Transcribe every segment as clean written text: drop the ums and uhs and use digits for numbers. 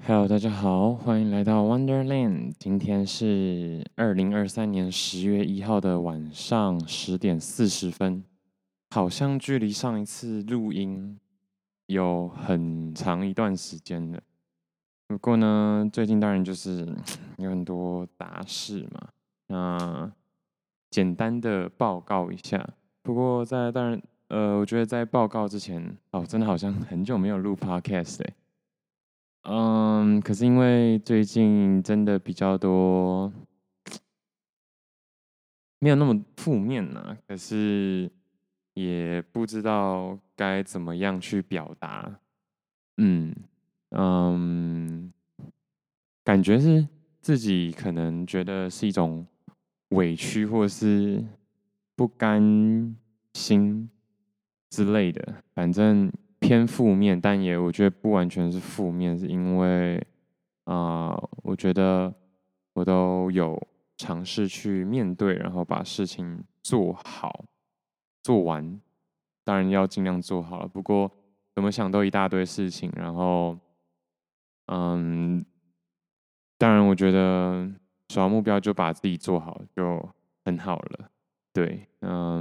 Hello，大家好，欢迎来到 Wonderland。今天是2023年10月1号的晚上10点40分，好像距离上一次录音有很长一段时间了。不过呢，最近当然就是有很多杂事嘛，那简单的报告一下。不过我觉得在报告之前，真的好像很久没有录 podcast 欸。可是因为最近真的比较多，没有那么负面呐，可是也不知道该怎么样去表达。嗯嗯，感觉是自己可能觉得是一种委屈或是不甘心之类的，反正偏负面，但也我觉得不完全是负面，是因为我觉得我都有尝试去面对，然后把事情做好、做完，当然要尽量做好了。不过怎么想都一大堆事情，然后嗯，当然我觉得首要目标就把自己做好就很好了。对，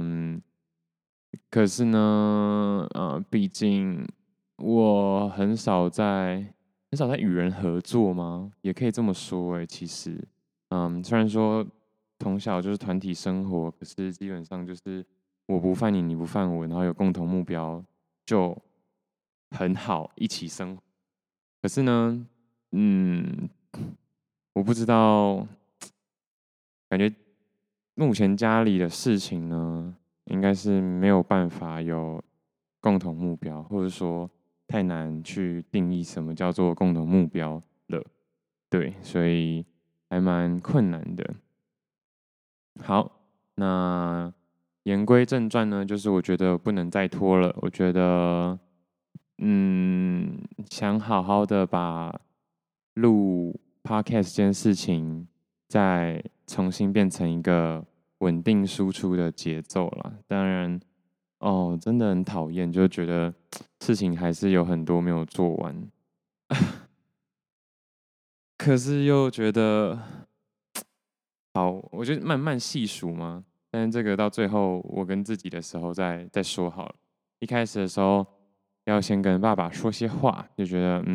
可是呢，毕竟我很少在与人合作吗？也可以这么说诶，其实，虽然说从小就是团体生活，可是基本上就是我不犯你，你不犯我，然后有共同目标就很好，一起生活。可是呢，嗯，我不知道，感觉目前家里的事情呢，应该是没有办法有共同目标，或者说太难去定义什么叫做共同目标了。对，所以还蛮困难的。好，那言归正传呢，就是我觉得不能再拖了。我觉得，嗯，想好好的把录 podcast 这件事情再重新变成一个稳定输出的节奏啦。当然，真的很讨厌，就觉得事情还是有很多没有做完，可是又觉得好，我就慢慢细数嘛。但是这个到最后，我跟自己的时候再说好了。一开始的时候，要先跟爸爸说些话，就觉得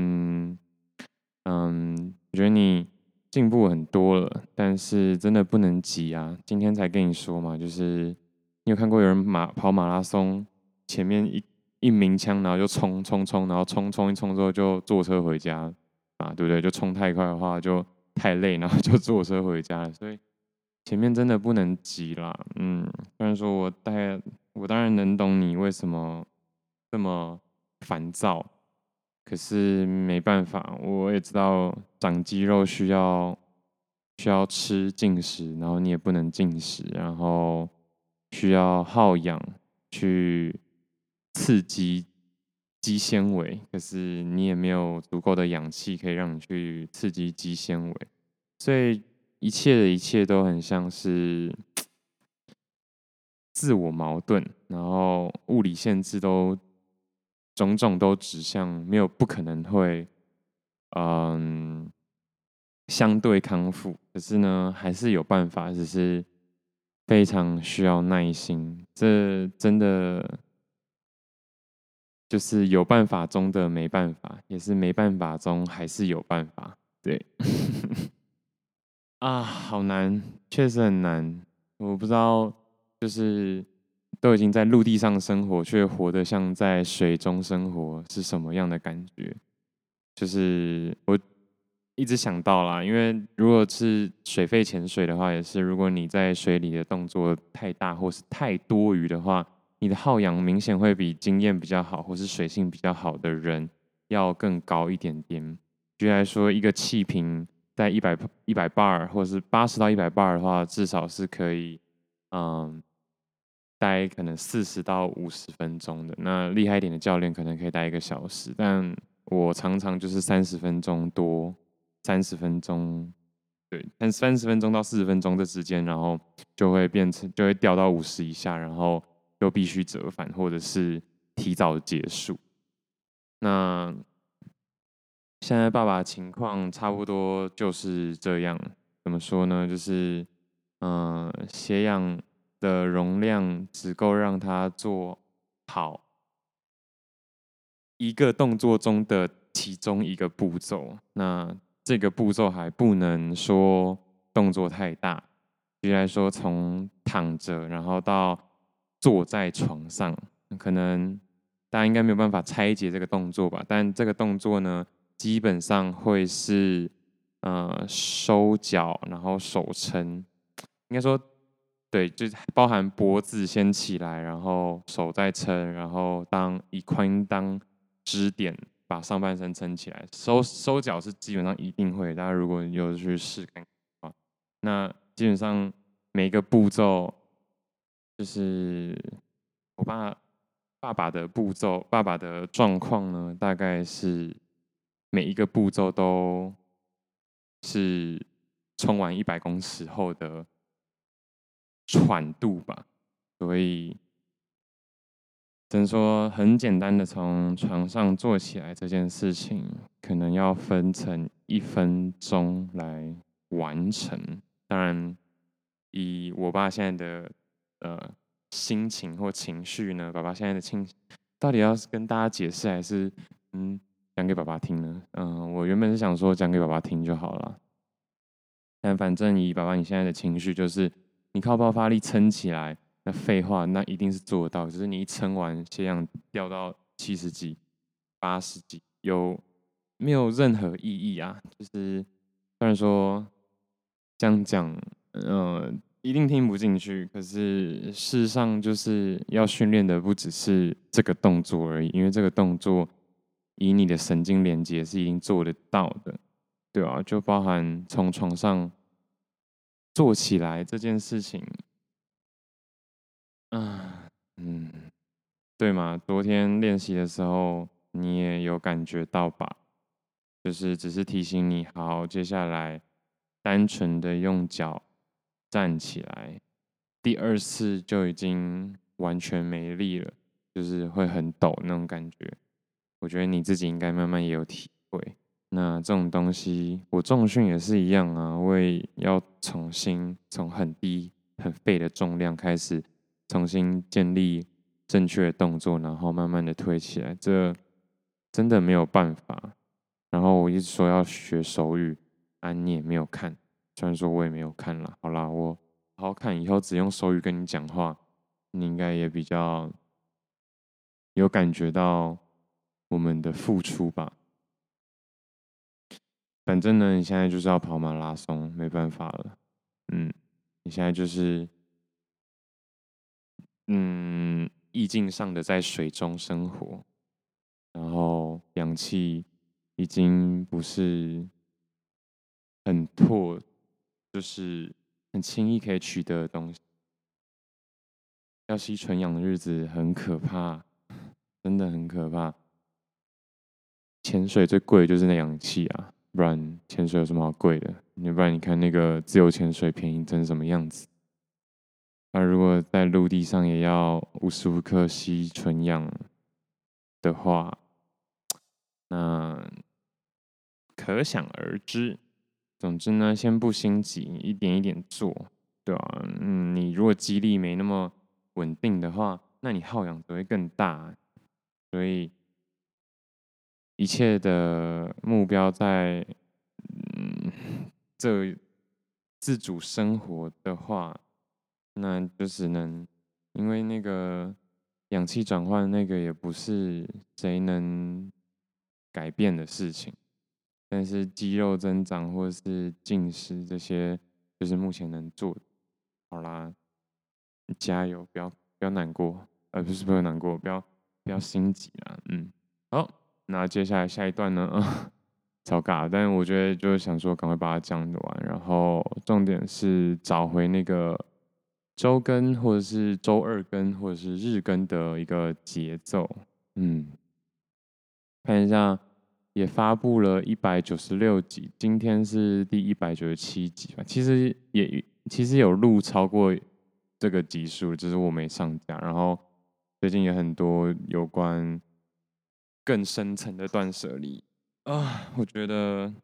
我觉得你进步很多了，但是真的不能急啊。今天才跟你说嘛，就是你有看过有人跑马拉松，前面一鸣枪，然后就冲冲冲，然后冲一冲之后就坐车回家啊，对不对？就冲太快的话就太累，然后就坐车回家了。所以前面真的不能急啦。虽然说我当然能懂你为什么这么烦躁，可是没办法，我也知道长肌肉需要吃进食，然后你也不能进食，然后需要耗氧去刺激肌纤维，可是你也没有足够的氧气可以让你去刺激肌纤维，所以一切的一切都很像是自我矛盾，然后物理限制种种都指向没有不可能会嗯相对康复，可是呢还是有办法，只是非常需要耐心。这真的就是有办法中的没办法，也是没办法中还是有办法。对，啊，好难，确实很难。我不知道，就是都已经在陆地上生活，却活得像在水中生活，是什么样的感觉？就是我一直想到啦，因为如果是水肺潜水的话，也是如果你在水里的动作太大或是太多余的话，你的耗氧明显会比经验比较好或是水性比较好的人要更高一点点。举例来说，一个气瓶在一百 bar 或是80到100 bar 的话，至少是可以嗯待可能40到50分钟的。那厉害一点的教练可能可以待1个小时，但我常常就是30分钟多，30分钟，对，但30分钟到40分钟这之间，然后就会掉到50以下，然后又必须折返或者是提早结束。那现在爸爸的情况差不多就是这样。怎么说呢？就是血氧的容量只够让他做好一个动作中的其中一个步骤。那这个步骤还不能说动作太大。举例来说，从躺着然后到坐在床上，可能大家应该没有办法拆解这个动作吧？但这个动作呢，基本上会是收脚，然后手撑，应该说对，就是包含脖子先起来，然后手再撑，然后以髋当支点，把上半身撑起来。收脚是基本上一定会，大家如果有去试看看的话，那基本上每一个步骤，就是我爸爸的步骤，爸爸的状况呢，大概是每一个步骤都是冲完100公尺后的喘度吧，所以只能说很简单的从床上坐起来这件事情，可能要分成1分钟来完成。当然，以我爸现在的心情或情绪呢，爸爸现在的到底要是跟大家解释，还是嗯讲给爸爸听呢？我原本是想说讲给爸爸听就好了，但反正以爸爸你现在的情绪，就是你靠爆发力撑起来，那废话，那一定是做得到。只是你一撑完，血氧掉到70几、80几，没有任何意义啊？就是虽然说这样讲，一定听不进去，可是事实上就是要训练的不只是这个动作而已，因为这个动作以你的神经连接是一定做得到的。对啊，就包含从床上坐起来这件事情，啊，对嘛？昨天练习的时候，你也有感觉到吧？就是只是提醒你，好，接下来单纯的用脚站起来，第二次就已经完全没力了，就是会很抖那种感觉。我觉得你自己应该慢慢也有体会。那这种东西，我重训也是一样啊，我也要重新从很低、很废的重量开始，重新建立正确的动作，然后慢慢的推起来。这真的没有办法。然后我一直说要学手语，啊，你也没有看，虽然说我也没有看啦。好啦，我好好看，以后只用手语跟你讲话，你应该也比较有感觉到我们的付出吧。反正呢，你现在就是要跑马拉松，没办法了。你现在就是意境上的在水中生活，然后氧气已经不是很就是很轻易可以取得的东西。要吸纯氧的日子很可怕，真的很可怕。潜水最贵的就是那氧气啊，不然潜水有什么好贵的？不然你看那个自由潜水便宜成什么样子？那如果在陆地上也要无时无刻吸纯氧的话，那可想而知。总之呢，先不心急，一点一点做，对啊，你如果肌力没那么稳定的话，那你耗氧只会更大。所以一切的目标在嗯这自主生活的话，那就只能因为那个氧气转换那个也不是谁能改变的事情，但是肌肉增长或是进食这些，就是目前能做的。好啦，加油，不要难过，不要难过，不要心急啊，好，那接下来下一段呢？超尬，但是我觉得就是想说，赶快把它讲完，然后重点是找回那个周更或者是周二更或者是日更的一个节奏。嗯，看一下，也发布了196集，今天是第197集吧。其实有录超过这个集数，只是我没上架。然后最近有很多有关更深层的断舍离， 我觉得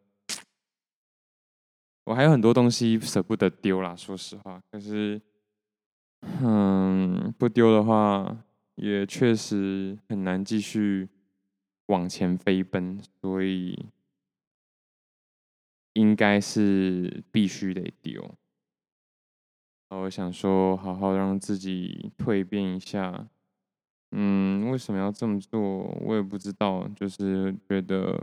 我还有很多东西舍不得丢啦，说实话。可是，不丢的话，也确实很难继续往前飞奔，所以应该是必须得丢。我想说，好好让自己蜕变一下。为什么要这么做？我也不知道，就是觉得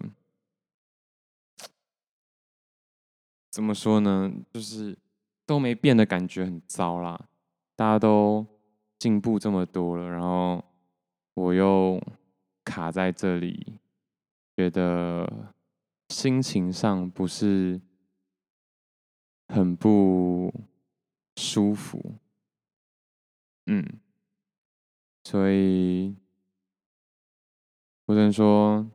怎么说呢，就是都没变的感觉很糟啦。大家都进步这么多了，然后我又卡在这里，觉得心情上不是很不舒服。嗯，所以我只能说，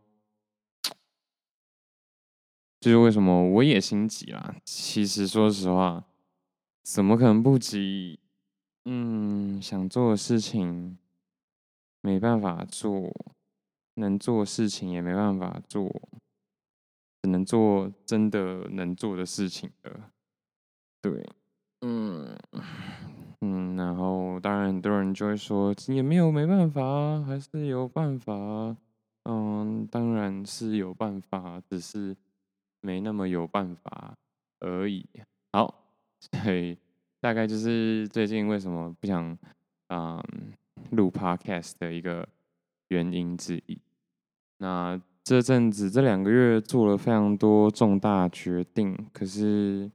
就是为什么我也心急啦。其实说实话，怎么可能不急？想做的事情没办法做，能做的事情也没办法做，只能做真的能做的事情了。对，嗯然后当然很多人就会说，也没有没办法啊，还是有办法啊。当然是有办法，只是没那么有办法而已。好，所以大概就是最近为什么不想嗯录 podcast 的一个原因之一。那这阵子这2个月做了非常多重大决定，可是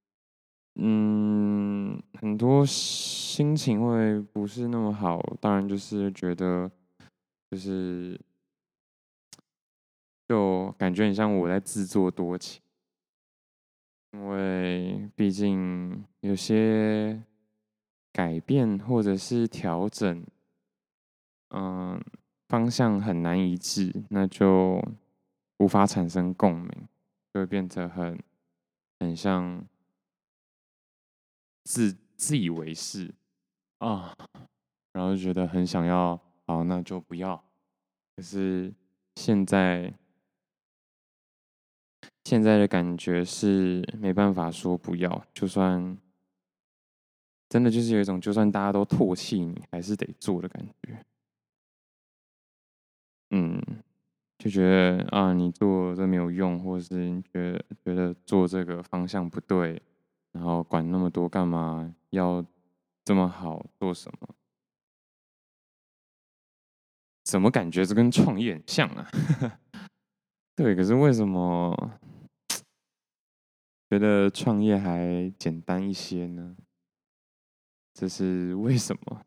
很多心情会不是那么好，当然就是觉得就是就感觉很像我在自作多情，因为毕竟有些改变或者是调整，嗯，方向很难一致，那就无法产生共鸣，就会变得很像自以为是啊，然后就觉得很想要，好，那就不要。可是现在现在的感觉是没办法说不要，就算真的就是有一种，就算大家都唾弃你，还是得做的感觉。嗯，就觉得啊，你做这没有用，或者是你觉得做这个方向不对，然后管那么多干嘛？要这么好做什么？怎么感觉这跟创业很像啊？对，可是为什么觉得创业还简单一些呢？这是为什么？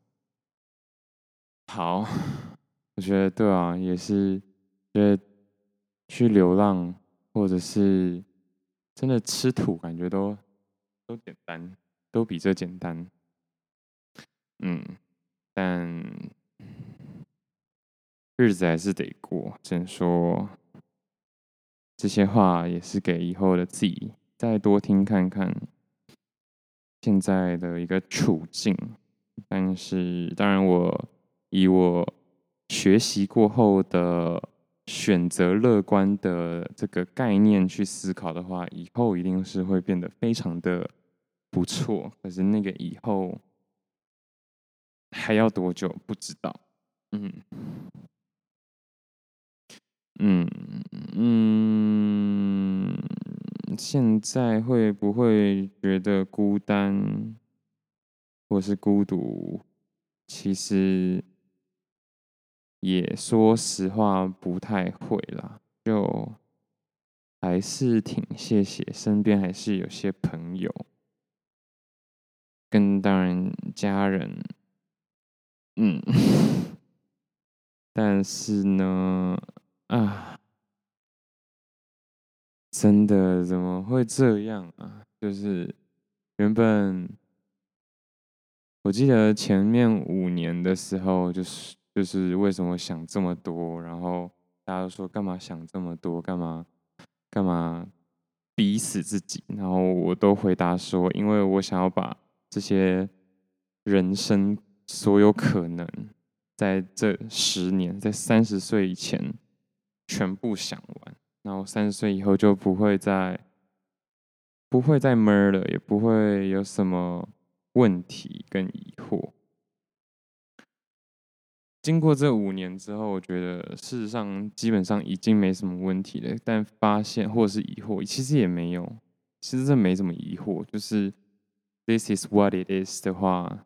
好，我觉得对啊，也是觉得去流浪或者是真的吃土，感觉都简单，都比这简单。嗯，但日子还是得过，只能说这些话也是给以后的自己再多听看看现在的一个处境。但是，当然以我学习过后的选择乐观的这个概念去思考的话，以后一定是会变得非常的不错。可是那个以后还要多久不知道。嗯嗯嗯，现在会不会觉得孤单或是孤独？其实也说实话不太会啦，就还是挺谢谢身边还是有些朋友跟当然家人，嗯，但是呢，啊，真的怎么会这样啊？就是原本我记得前面5年的时候，就是为什么想这么多，然后大家都说干嘛想这么多，干嘛逼死自己，然后我都回答说，因为我想要把这些人生所有可能，在这10年，在30岁以前全部想完。 然后30岁以后就不会再闷了，也不会有什么问题跟疑惑。经过这5年之后，我觉得事实上基本上已经没什么问题了。但发现或者是疑惑，其实也没有，其实这没什么疑惑，就是 this is what it is 的话，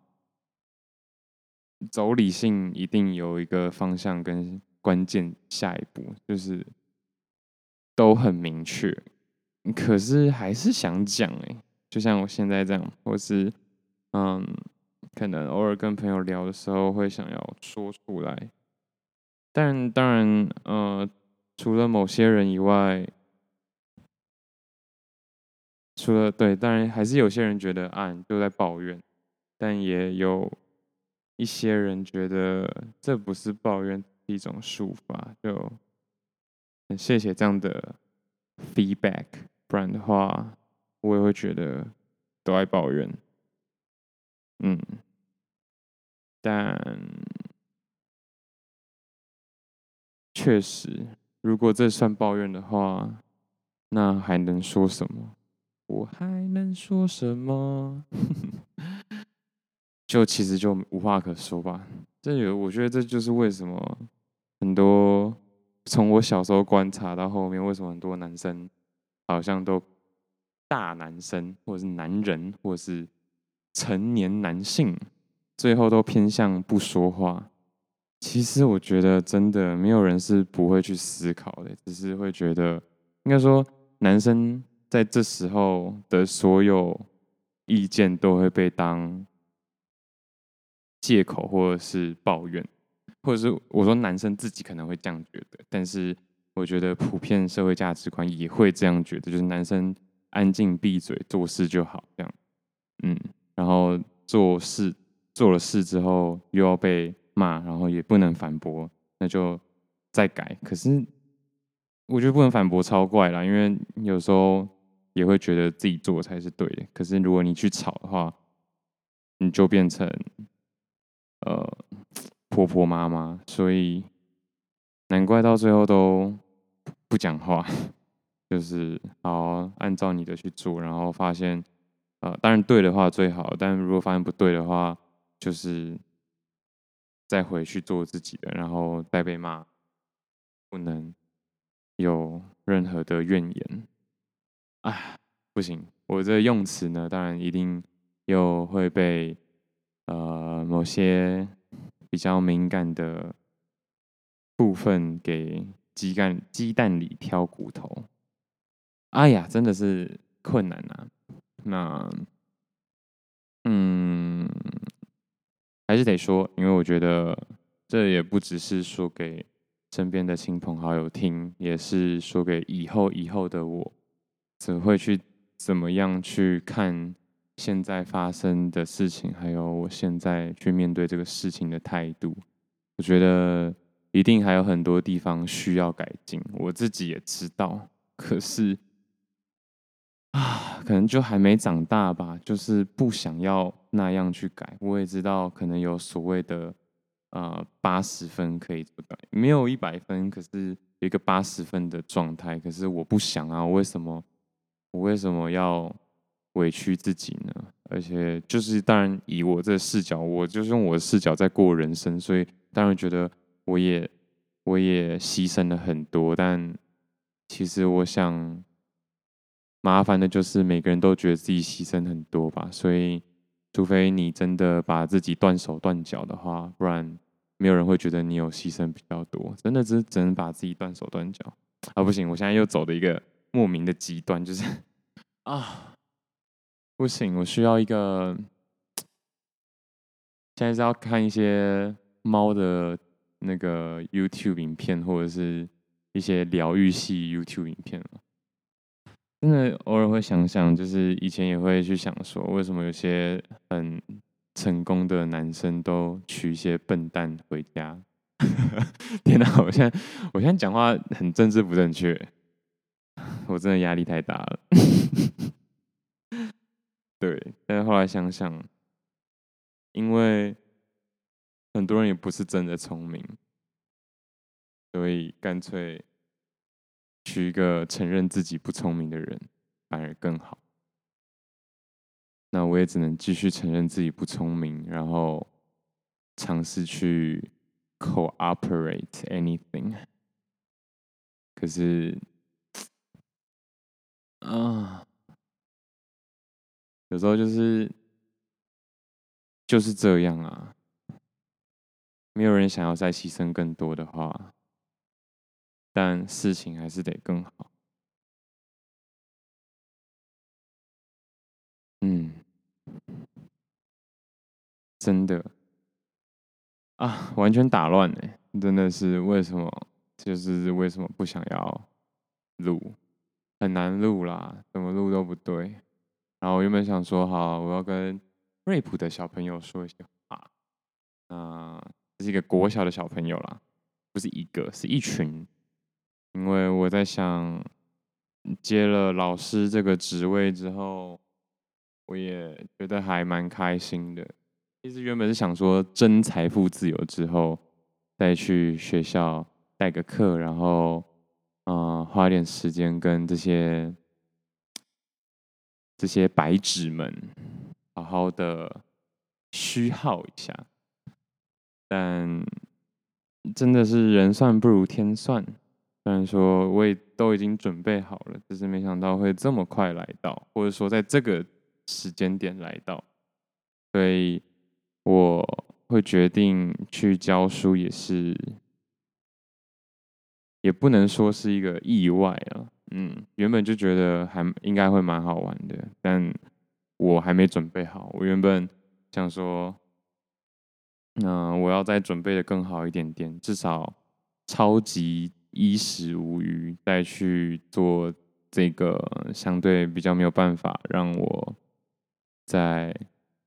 走理性一定有一个方向跟关键下一步，就是都很明确。可是还是想讲就像我现在这样，或是嗯，可能偶尔跟朋友聊的时候会想要说出来。但当然，除了某些人以外，除了对，当然还是有些人觉得啊，你就在抱怨，但也有一些人觉得这不是抱怨，是一种抒发，就很谢谢这样的 feedback，不然的话，我也会觉得都在抱怨，嗯，但确实，如果这算抱怨的话，那还能说什么？我还能说什么？就其实就无话可说吧。我觉得这就是为什么很多从我小时候观察到后面，为什么很多男生好像都大男生，或者是男人，或者是成年男性，最后都偏向不说话。其实我觉得真的没有人是不会去思考的，只是会觉得，应该说男生在这时候的所有意见都会被当借口或者是抱怨，或者是我说男生自己可能会这样觉得，但是我觉得普遍社会价值观也会这样觉得，就是男生安静闭嘴做事就好这样，嗯，然后做了事之后又要被骂，然后也不能反驳，那就再改。可是我觉得不能反驳超怪啦，因为有时候也会觉得自己做才是对的。可是如果你去吵的话，你就变成呃婆婆妈妈，所以难怪到最后都不讲话，就是好按照你的去做，然后发现当然对的话最好，但如果发现不对的话，就是再回去做自己的，然后再被骂，不能有任何的怨言。哎，不行，我这用词呢，当然一定又会被某些比较敏感的部分给鸡蛋里挑骨头。哎呀，真的是困难啊。那嗯，还是得说，因为我觉得这也不只是说给身边的亲朋好友听，也是说给以后的我，怎么样去看现在发生的事情，还有我现在去面对这个事情的态度。我觉得一定还有很多地方需要改进，我自己也知道，可是可能就还没长大吧，就是不想要那样去改。我也知道，可能有所谓的80分可以做到，没有100分，可是有一个80分的状态。可是我不想啊，我为什么要委屈自己呢？而且就是当然以我这个视角，我就是用我的视角在过人生，所以当然觉得我也我也牺牲了很多，但其实我想。麻烦的就是每个人都觉得自己牺牲很多吧，所以除非你真的把自己断手断脚的话，不然没有人会觉得你有牺牲比较多。真的只能把自己断手断脚啊！不行，我现在又走的一个莫名的极端，就是啊，不行，我需要一个，现在是要看一些猫的那个 YouTube 影片，或者是一些疗愈系 YouTube 影片了。真的偶尔会想想，就是以前也会去想说，为什么有些很成功的男生都娶一些笨蛋回家？天哪，我现在讲话很政治不正确，我真的压力太大了。对，但是后来想想，因为很多人也不是真的聪明，所以干脆娶一个承认自己不聪明的人，反而更好。那我也只能继续承认自己不聪明，然后尝试去 cooperate anything。可是啊，有时候就是这样啊，没有人想要再牺牲更多的话，但事情还是得更好。嗯，真的啊，完全打乱哎，真的是为什么？就是为什么不想要录？很难录啦，怎么录都不对。然后我原本想说，好，我要跟瑞普的小朋友说一些话。这是一个国小的小朋友啦，不是一个，是一群。因为我在想，接了老师这个职位之后，我也觉得还蛮开心的。其实原本是想说，真财富自由之后，再去学校带个课，然后，花点时间跟这些白纸们好好的虚耗一下。但真的是人算不如天算，虽然说我也都已经准备好了，只是没想到会这么快来到，或者说在这个时间点来到，所以我会决定去教书，也不能说是一个意外啊。原本就觉得还应该会蛮好玩的，但我还没准备好。我原本想说，那我要再准备的更好一点点，至少超级衣食无虞，再去做这个相对比较没有办法让我在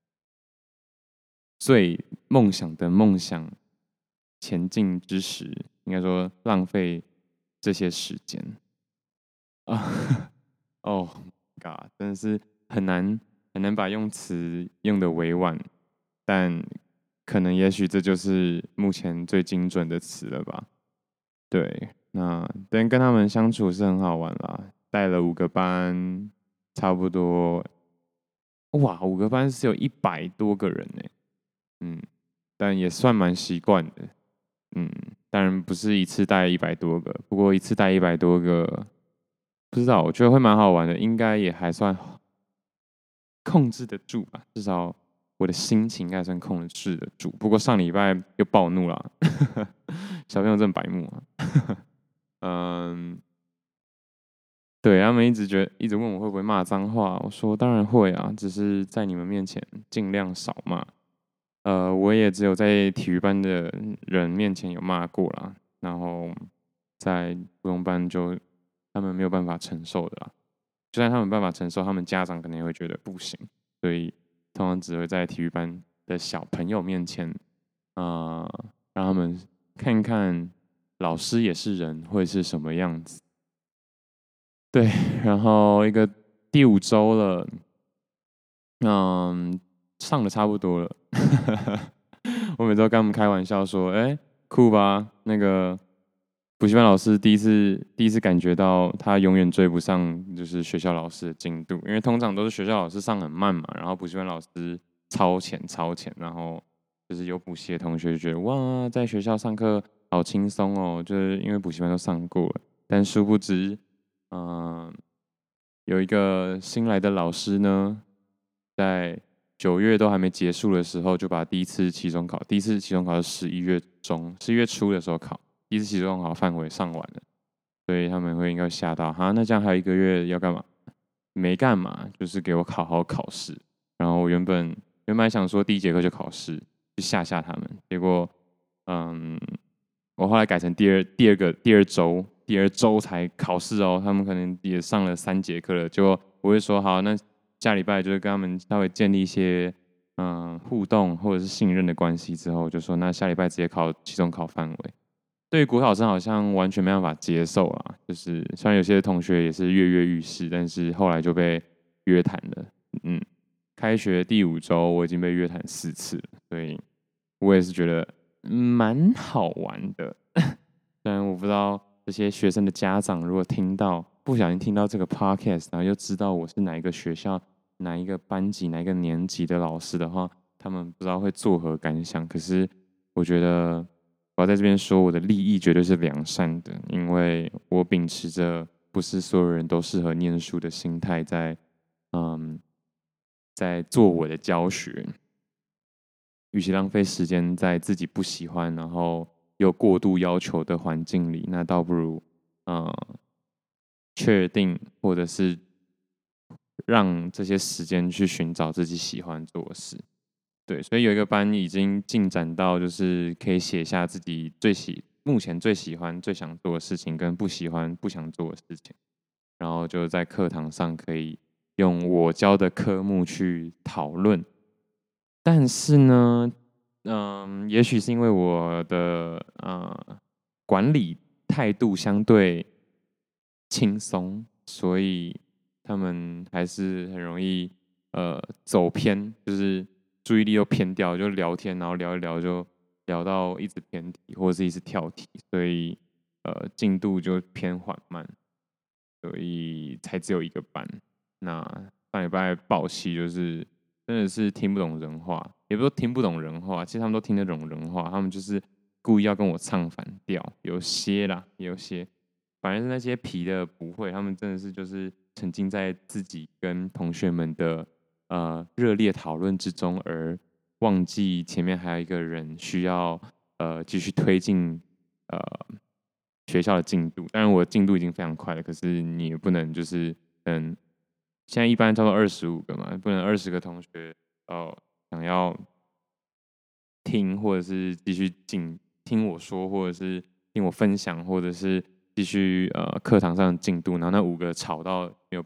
最梦想的梦想前进之时，应该说浪费这些时间啊。哦，God，真的是很难把用词用的委婉，但可能也许这就是目前最精准的词了吧。对，但跟他们相处是很好玩啦，带了5个班，差不多，哇，5个班是有100多个人呢。嗯，但也算蛮习惯的。嗯，当然不是一次带100多个，不过一次带100多个，不知道，我觉得会蛮好玩的，应该也还算控制得住吧，至少我的心情应该算控制得住。不过上礼拜又暴怒了，小朋友真的白目啊。嗯，对，他们一直问我会不会骂脏话，我说当然会啊，只是在你们面前尽量少骂。我也只有在体育班的人面前有骂过啦，然后在普通班就他们没有办法承受的啦。就算他们有办法承受，他们家长可能也会觉得不行，所以通常只会在体育班的小朋友面前，呃，让他们看看老师也是人会是什么样子。对，然后第5周了，嗯，上的差不多了。我每周跟他们开玩笑说：“哎，酷吧？那个补习班老师第一次感觉到他永远追不上就是学校老师的进度，因为通常都是学校老师上很慢嘛，然后补习班老师超前，然后就是有补习的同学就觉得哇，在学校上课好轻松哦，就是因为补习班都上过了，但殊不知，嗯、有一个新来的老师呢，在9月都还没结束的时候，就把第一次期中考是11月中、11月初的时候考，第一次期中考范围上完了，所以他们应该吓到，哈，那这样还有1个月要干嘛？没干嘛，就是给我好好考试。然后我原本还想说第一节课就考试，就吓他们，结果，嗯，我后来改成第二周才考试哦，他们可能也上了3节课了。结果我会说好，那下礼拜就是跟他们稍微建立一些互动或者是信任的关系之后，就说那下礼拜直接考期中考范围。对于国考生好像完全没办法接受啊，就是虽然有些同学也是跃跃欲试，但是后来就被约谈了。嗯，开学第5周我已经被约谈4次了，所以我也是觉得蛮好玩的。虽然我不知道这些学生的家长如果不小心听到这个 podcast，然后又知道我是哪一个学校、哪一个班级、哪一个年级的老师的话，他们不知道会作何感想。可是我觉得我要在这边说，我的利益绝对是良善的，因为我秉持着不是所有人都适合念书的心态嗯在做我的教学。与其浪费时间在自己不喜欢，然后又过度要求的环境里，那倒不如呃确定或者是让这些时间去寻找自己喜欢做的事。对，所以有一个班已经进展到就是可以写下自己目前最喜欢、最想做的事情，跟不喜欢、不想做的事情，然后就在课堂上可以用我教的科目去讨论。但是呢，也许是因为我的管理态度相对轻松，所以他们还是很容易走偏，就是注意力又偏掉，就聊天，然后聊一聊就聊到一直偏题，或者是一直跳题，所以进度就偏缓慢，所以才只有一个班。那上礼拜报喜就是真的是听不懂人话，也不是说听不懂人话，其实他们都听得懂人话，他们就是故意要跟我唱反调，有些啦，有些，反而是那些皮的不会，他们真的是就是沉浸在自己跟同学们的热烈讨论之中，而忘记前面还有一个人需要继续推进呃学校的进度。当然我的进度已经非常快了，可是你也不能就是嗯，现在一般叫做25个嘛，不能20个同学想要听或者是继续听我说，或者是听我分享，或者是继续课堂上的进度，然后那5个吵到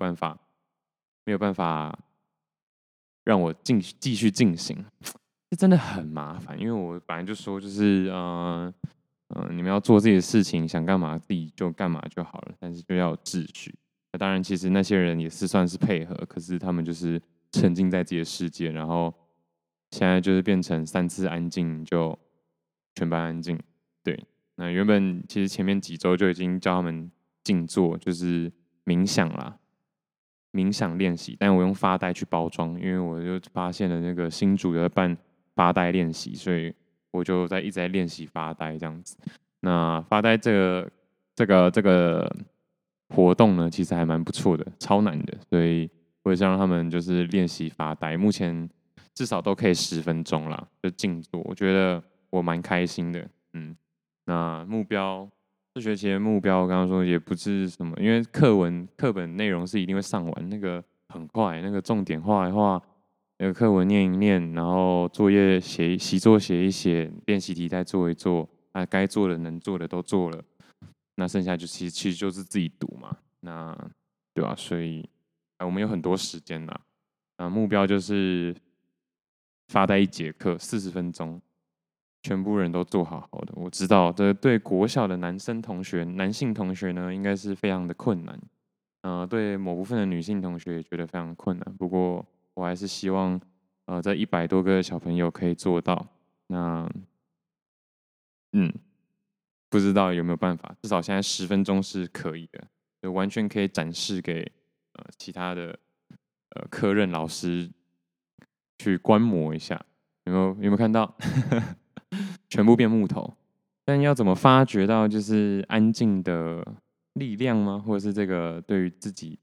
没有办法让我继续进行，这真的很麻烦。因为我本来就说就是你们要做自己的事情，想干嘛自己就干嘛就好了，但是就要有秩序。那当然，其实那些人也是算是配合，可是他们就是沉浸在自己的世界，然后现在就是变成3次安静就全班安静。对，那原本其实前面几周就已经叫他们静坐，就是冥想啦，冥想练习，但我用发呆去包装，因为我就发现了那个新主有在办发呆练习，所以我就一直在练习发呆这样子。那发呆这个活动呢，其实还蛮不错的，超难的，所以我也是让他们就是练习发呆，目前至少都可以10分钟啦，就静坐，我觉得我蛮开心的，嗯。那这学期的目标，我刚刚说也不是什么，因为课本内容是一定会上完，那个很快，那个重点画一画，那个课文念一念，然后习作写一写，练习题再做一做，啊，该做的能做的都做了，那剩下就其实就是自己读嘛，那对吧、所以我们有很多时间啦，目标就是发呆1节课40分钟，全部人都做好好的。我知道这对国小的男性同学呢，应该是非常的困难。对某部分的女性同学也觉得非常困难。不过我还是希望，这100多个小朋友可以做到。那嗯，不知道有没有办法？至少现在10分钟是可以的，就完全可以展示给其他的科任老师去观摩一下。有没有看到？全部变木头。但要怎么发掘到就是安静的力量吗？或者是这个对于自己，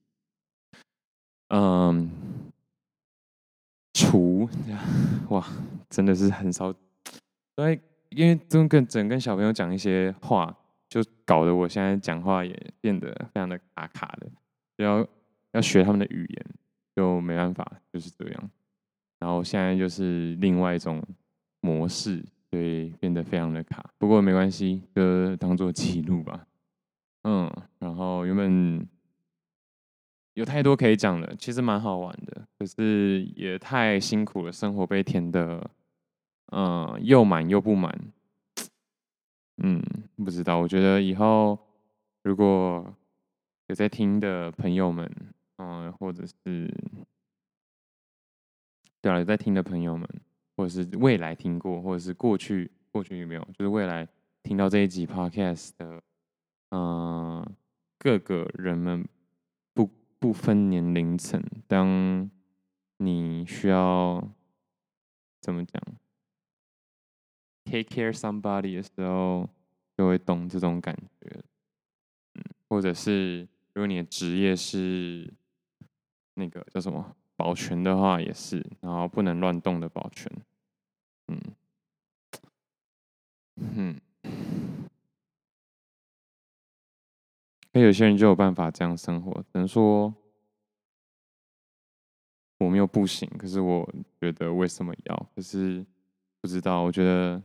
嗯，除哇，真的是很少。对，因为跟小朋友讲一些话，就搞得我现在讲话也变得非常的卡卡的，就要学他们的语言，就没办法，就是这样。然后现在就是另外一种模式，所以变得非常的卡。不过没关系，就当做记录吧。然后原本有太多可以讲的，其实蛮好玩的，可是也太辛苦了，生活被填的，又满又不满。嗯，不知道，我觉得以后如果有在听的朋友们，或者是对啊，有在听的朋友们，或者是未来听过，或者是过去有没有，就是未来听到这一集 podcast 的各个人们不分年龄层，当你需要怎么讲 take care somebody 的时候，就会懂这种感觉。或者是如果你的职业是那个叫什么保全的话，也是，然后不能乱动的保全。嗯嗯，那有些人就有办法这样生活，只能说我没有不行，可是我觉得为什么要？可是不知道，我觉得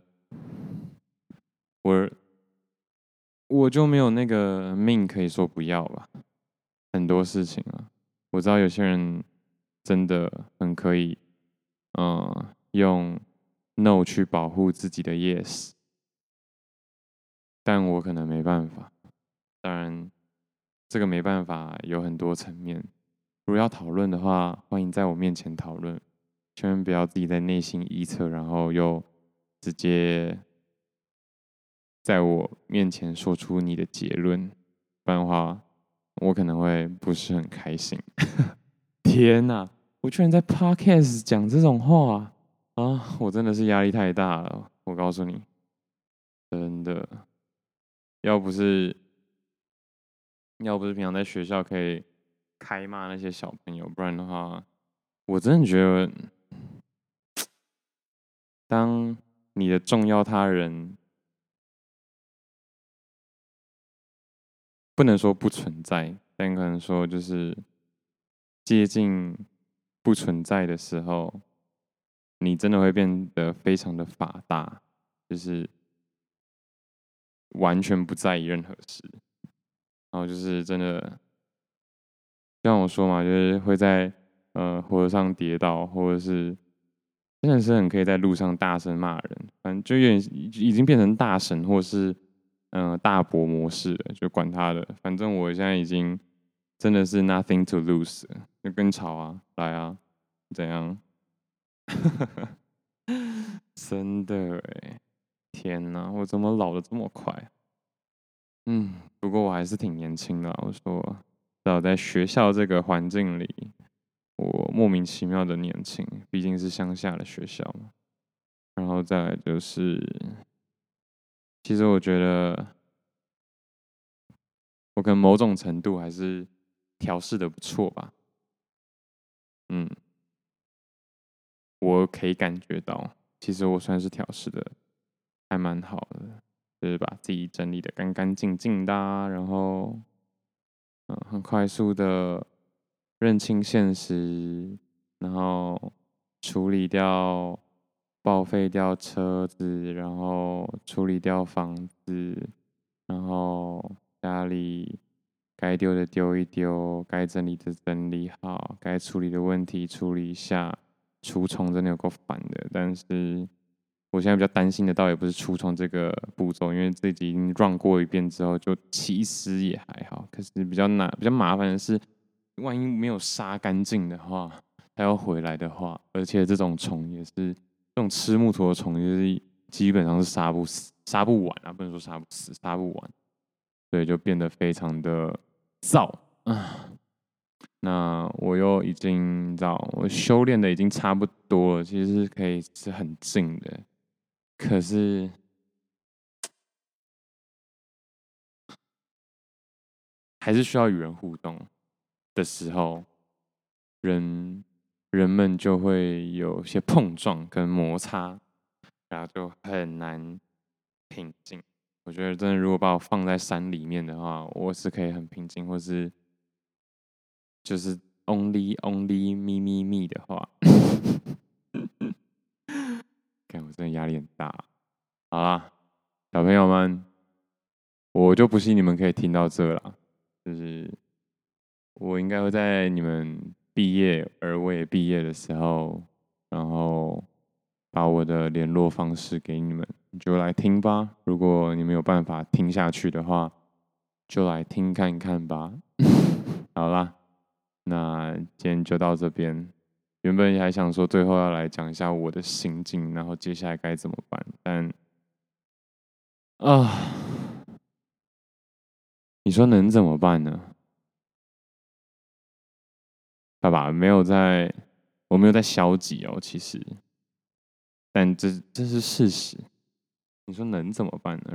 我我就没有那个命可以说不要吧。很多事情啊，我知道有些人真的很可以，用 no 去保护自己的 yes，但我可能没办法。当然，这个没办法有很多层面。如果要讨论的话，欢迎在我面前讨论，千万不要自己在内心臆测，然后又直接在我面前说出你的结论，不然的话，我可能会不是很开心。天哪，我居然在 podcast 讲这种话啊！我真的是压力太大了，我告诉你，真的，要不是平常在学校可以开骂那些小朋友，不然的话，我真的觉得，当你的重要他人不能说不存在，但可能说就是接近不存在的时候，你真的会变得非常的法大，就是完全不在意任何事，然后就是真的，就像我说嘛，就是会在火车上跌倒，或者是真的是很可以在路上大声骂人，反正就有点已经变成大神或是大伯模式了，就管他的，反正我现在已经真的是 nothing to lose，了就跟吵啊，来啊，怎样？真的哎，天哪，我怎么老的这么快？不过我还是挺年轻的啊我说，至少在学校这个环境里，我莫名其妙的年轻，毕竟是乡下的学校嘛。然后再来就是，其实我觉得我可能某种程度还是调试的不错吧。嗯，我可以感觉到，其实我算是调试的还蛮好的，就是把自己整理的干干净净的啊然后很快速的认清现实，然后处理掉报废掉车子，然后处理掉房子，然后家里该丢的丢一丢，该整理的整理好，该处理的问题处理一下。除虫真的有够烦的，但是我现在比较担心的倒也不是除虫这个步骤，因为这集已经 run 过一遍之后，就其实也还好。可是比较麻烦的是，万一没有杀干净的话，它要回来的话，而且这种虫也是这种吃木头的虫，就是基本上是杀不死、杀不完啊，不能说杀不死、杀不完，所以就变得非常的燥啊。那我又已经你知道，我修炼的已经差不多了，其实是可以是很静的，可是还是需要与人互动的时候，人人们就会有些碰撞跟摩擦，然后就很难平静。我觉得真的，如果把我放在山里面的话，我是可以很平静，或是就是 only me 的话，看我真的压力很大。好啦，小朋友们，我就不信你们可以听到这了。就是我应该会在你们毕业，而我也毕业的时候，然后把我的联络方式给你们，你就来听吧。如果你们有办法听下去的话，就来听看看吧。好啦，那今天就到这边。原本还想说最后要来讲一下我的心境，然后接下来该怎么办，但啊。 你说能怎么办呢？爸爸没有在，我没有在消极哦，其实，但这是事实。你说能怎么办呢？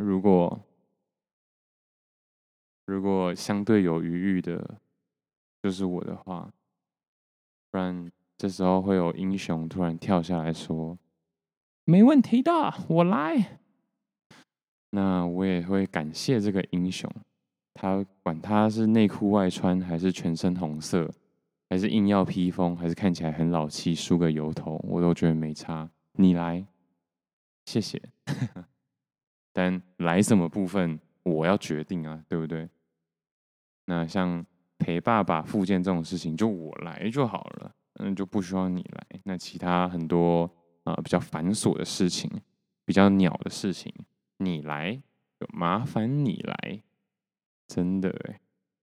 如果相对有余裕的，就是我的话，不然这时候会有英雄突然跳下来说：“没问题的，我来。”那我也会感谢这个英雄，他管他是内裤外穿，还是全身红色，还是硬要披风，还是看起来很老气，梳个油头，我都觉得没差。你来，谢谢。但来什么部分我要决定啊，对不对？那像陪爸爸复健这种事情，就我来就好了，就不需要你来。那其他很多比较繁琐的事情，比较鸟的事情，你来，就麻烦你来，真的哎，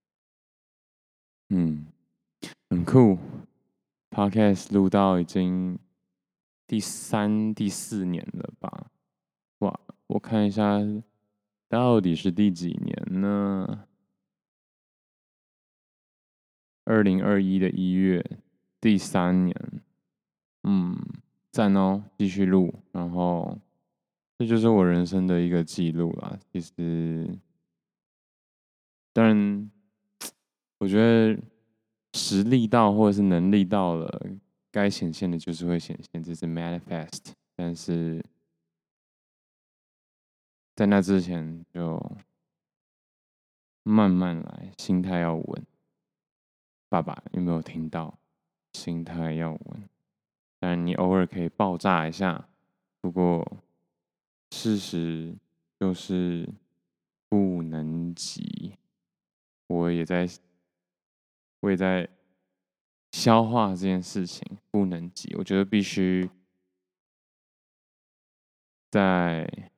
嗯，很酷。Podcast 录到已经第三、第四年了吧？哇，我看一下，到底是第几年呢？2021的1月，第3年。嗯，赞哦，继续录。然后，这就是我人生的一个记录啦。其实，当然，我觉得实力到或者是能力到了，该显现的就是会显现，这是 manifest。但是在那之前，就慢慢来，心态要稳。爸爸有没有听到？心态要稳。但你偶尔可以爆炸一下，不过事实就是不能急。我也在，我也在消化这件事情，不能急。我觉得必须在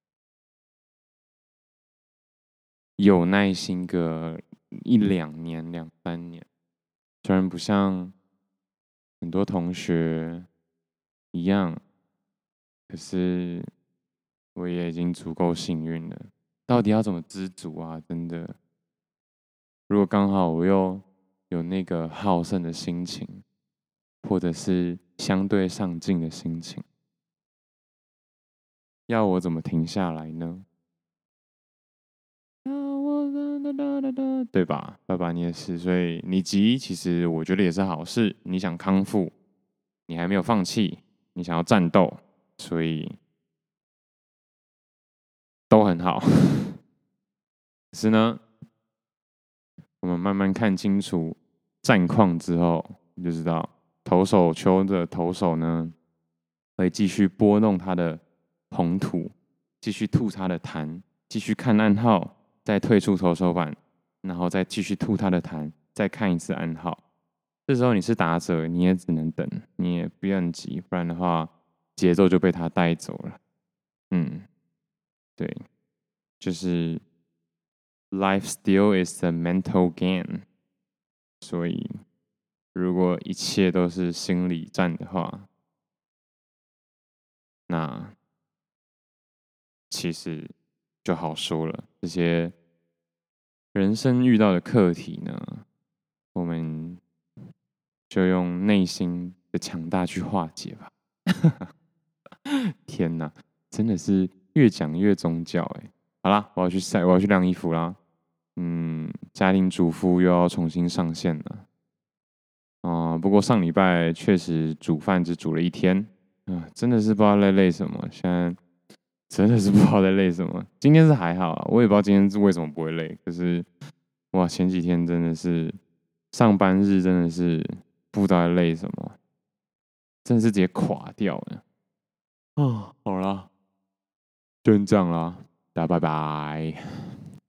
有耐心个1、2年、2、3年。虽然不像很多同学一样，可是我也已经足够幸运了。到底要怎么知足啊？真的，如果刚好我又有那个好胜的心情，或者是相对上进的心情，要我怎么停下来呢？对吧？爸爸你也是，所以你急，其实我觉得也是好事。你想康复，你还没有放弃，你想要战斗，所以都很好。可是呢，我们慢慢看清楚战况之后，你就知道投手丘的投手呢，会继续拨弄他的红土，继续吐他的痰，继续看暗号，再退出投手板，然后再继续吐他的痰，再看一次暗号。这时候你是打者，你也只能等，你也不要很急，不然的话节奏就被他带走了。嗯，对，就是 life still is a mental game。所以，如果一切都是心理战的话，那其实就好说了。这些人生遇到的课题呢，我们就用内心的强大去化解吧。天哪，真的是越讲越宗教哎。好啦，我要去晾衣服啦。家庭主妇又要重新上线了。不过上礼拜确实煮饭只煮了1天，真的是不知道在累什么。现在真的是不知道在累什么。今天是还好啊，我也不知道今天是为什么不会累。可是哇，前几天真的是上班日，真的是不知道在累什么，真的是直接垮掉了。好啦，就这样啦，大家拜拜。